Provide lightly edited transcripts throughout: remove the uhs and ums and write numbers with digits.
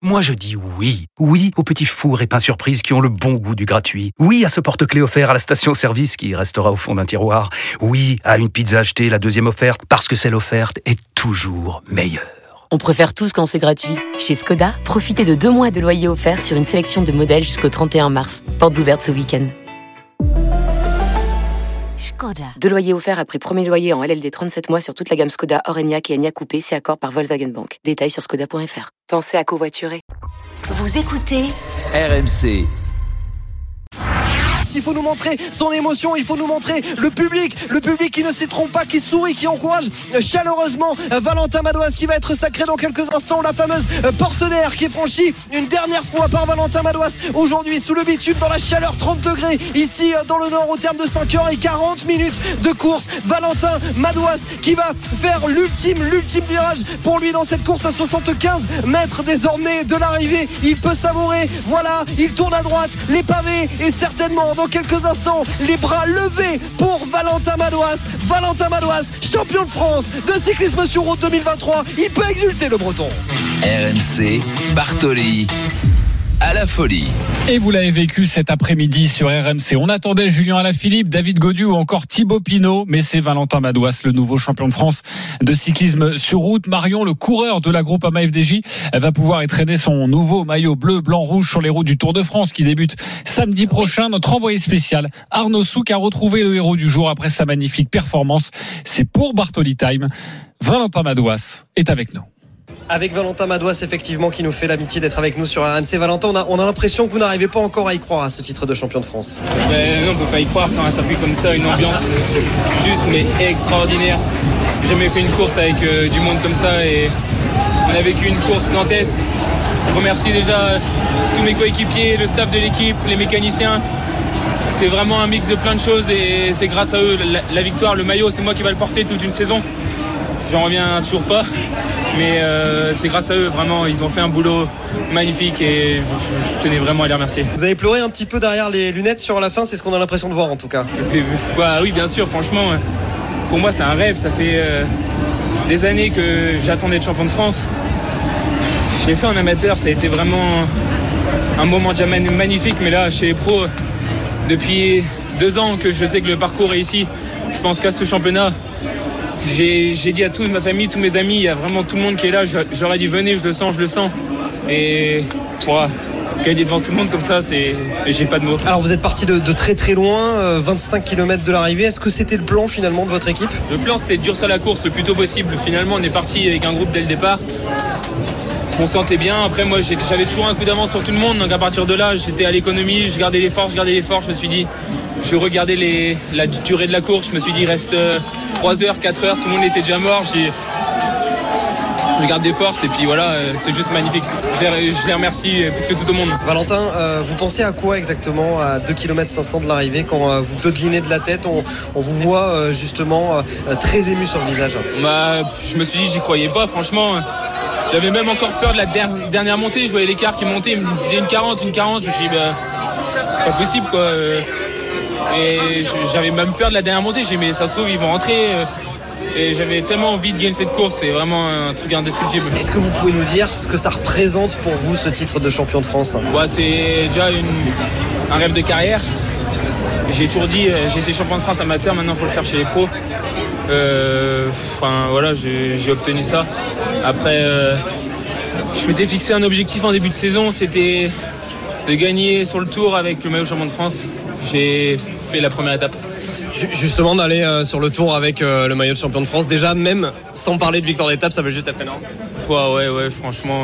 Moi je dis oui. Oui aux petits fours et pains surprises qui ont le bon goût du gratuit. Oui à ce porte-clés offert à la station-service qui restera au fond d'un tiroir. Oui à une pizza achetée, la deuxième offerte, parce que celle offerte est toujours meilleure. On préfère tous quand c'est gratuit. Chez Skoda, profitez de 2 mois de loyer offert sur une sélection de modèles jusqu'au 31 mars. Portes ouvertes ce week-end. 2 loyers offerts après premier loyer en LLD 37 mois sur toute la gamme Skoda, Orenia et Enyaq Coupé, si accord par Volkswagen Bank. Détails sur skoda.fr. Pensez à covoiturer. Vous écoutez RMC. Il faut nous montrer son émotion, il faut nous montrer le public qui ne s'y trompe pas, qui sourit, qui encourage chaleureusement Valentin Madouas qui va être sacré dans quelques instants. La fameuse porte d'air qui est franchie une dernière fois par Valentin Madouas aujourd'hui sous le bitume dans la chaleur, 30 degrés ici dans le nord au terme de 5h40 de course. Valentin Madouas qui va faire l'ultime virage pour lui dans cette course à 75 mètres désormais de l'arrivée. Il peut savourer, voilà, il tourne à droite, les pavés et certainement dans quelques instants les bras levés pour Valentin Madouas. Valentin Madouas, champion de France de cyclisme sur route 2023. Il peut exulter, le Breton. RMC, Bartoli à la folie. Et vous l'avez vécu cet après-midi sur RMC. On attendait Julien Alaphilippe, David Gaudu ou encore Thibaut Pinot, mais c'est Valentin Madouas, le nouveau champion de France de cyclisme sur route. Marion, le coureur de la Groupama FDJ, va pouvoir entraîner son nouveau maillot bleu, blanc, rouge sur les routes du Tour de France qui débute samedi prochain. Notre envoyé spécial, Arnaud Souk, a retrouvé le héros du jour après sa magnifique performance. C'est pour Bartoli Time. Valentin Madouas est avec nous. Avec Valentin Madouas, effectivement, qui nous fait l'amitié d'être avec nous sur RMC. Valentin, on a l'impression que vous n'arrivez pas encore à y croire à ce titre de champion de France. Non, on peut pas y croire sur un circuit comme ça, une ambiance juste mais extraordinaire. J'ai jamais fait une course avec du monde comme ça et on a vécu une course dantesque. Je remercie déjà tous mes coéquipiers, le staff de l'équipe, les mécaniciens. C'est vraiment un mix de plein de choses et c'est grâce à eux la victoire, le maillot, c'est moi qui va le porter toute une saison. J'en reviens toujours pas, mais c'est grâce à eux, vraiment, ils ont fait un boulot magnifique et je tenais vraiment à les remercier. Vous avez pleuré un petit peu derrière les lunettes sur la fin, c'est ce qu'on a l'impression de voir en tout cas. Oui, bien sûr, franchement, pour moi c'est un rêve, ça fait des années que j'attendais d'être champion de France. Je l'ai fait en amateur, ça a été vraiment un moment déjà magnifique, mais là, chez les pros, depuis 2 ans que je sais que le parcours est ici, je pense qu'à ce championnat, j'ai dit à toute ma famille, tous mes amis, il y a vraiment tout le monde qui est là. J'aurais dit venez, je le sens. Et pour gagner devant tout le monde comme ça, j'ai pas de mots. Alors vous êtes parti de très très loin, 25 km de l'arrivée. Est-ce que c'était le plan finalement de votre équipe ? Le plan c'était de durcir la course le plus tôt possible. Finalement on est parti avec un groupe dès le départ. On se sentait bien. Après moi j'avais toujours un coup d'avance sur tout le monde. Donc à partir de là j'étais à l'économie, je gardais l'effort. Je me suis dit, je regardais la durée de la course. Je me suis dit il reste 3 heures, 4 heures, tout le monde était déjà mort. Je garde des forces et puis voilà, c'est juste magnifique. Je les remercie plus que tout au monde. Valentin, vous pensez à quoi exactement à 2 km 500 de l'arrivée quand vous dodelinez de la tête, on vous voit justement très ému sur le visage? Je me suis dit, j'y croyais pas, franchement. J'avais même encore peur de la dernière montée. Je voyais l'écart qui montait, il me disait une 40. Je me suis dit, c'est pas possible quoi. Et j'avais même peur de la dernière montée. J'ai dit mais ça se trouve ils vont rentrer. Et j'avais tellement envie de gagner cette course. C'est vraiment un truc indescriptible. Est-ce que vous pouvez nous dire ce que ça représente pour vous ce titre de champion de France? C'est déjà un rêve de carrière. J'ai toujours dit j'ai été champion de France amateur. Maintenant il faut le faire chez les pros. J'ai obtenu ça. Après je m'étais fixé un objectif en début de saison. C'était de gagner sur le Tour avec le maillot champion de France. J'ai fait la première étape. Justement d'aller sur le Tour avec le maillot de champion de France, déjà même sans parler de victoire d'étape, ça va juste être énorme. Ouais, franchement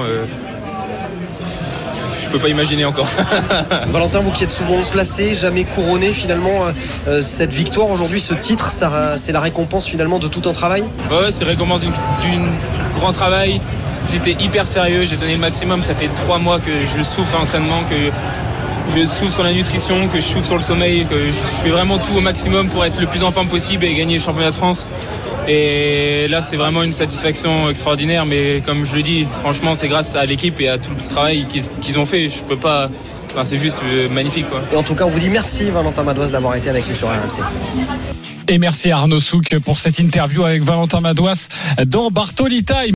je peux pas imaginer encore. Valentin, vous qui êtes souvent placé, jamais couronné, finalement cette victoire aujourd'hui, ce titre, c'est la récompense finalement de tout un travail? Ouais, c'est récompense d'une grand travail. J'étais hyper sérieux, j'ai donné le maximum. Ça fait 3 mois que je souffre à l'entraînement, que je souffre sur la nutrition, que je souffre sur le sommeil, que je fais vraiment tout au maximum pour être le plus en forme possible et gagner le championnat de France. Et là, c'est vraiment une satisfaction extraordinaire. Mais comme je le dis, franchement, c'est grâce à l'équipe et à tout le travail qu'ils ont fait. Je peux pas... c'est juste magnifique, quoi. Et en tout cas, on vous dit merci, Valentin Madouas, d'avoir été avec nous sur RMC. Et merci Arnaud Souk pour cette interview avec Valentin Madouas dans Bartoli Time.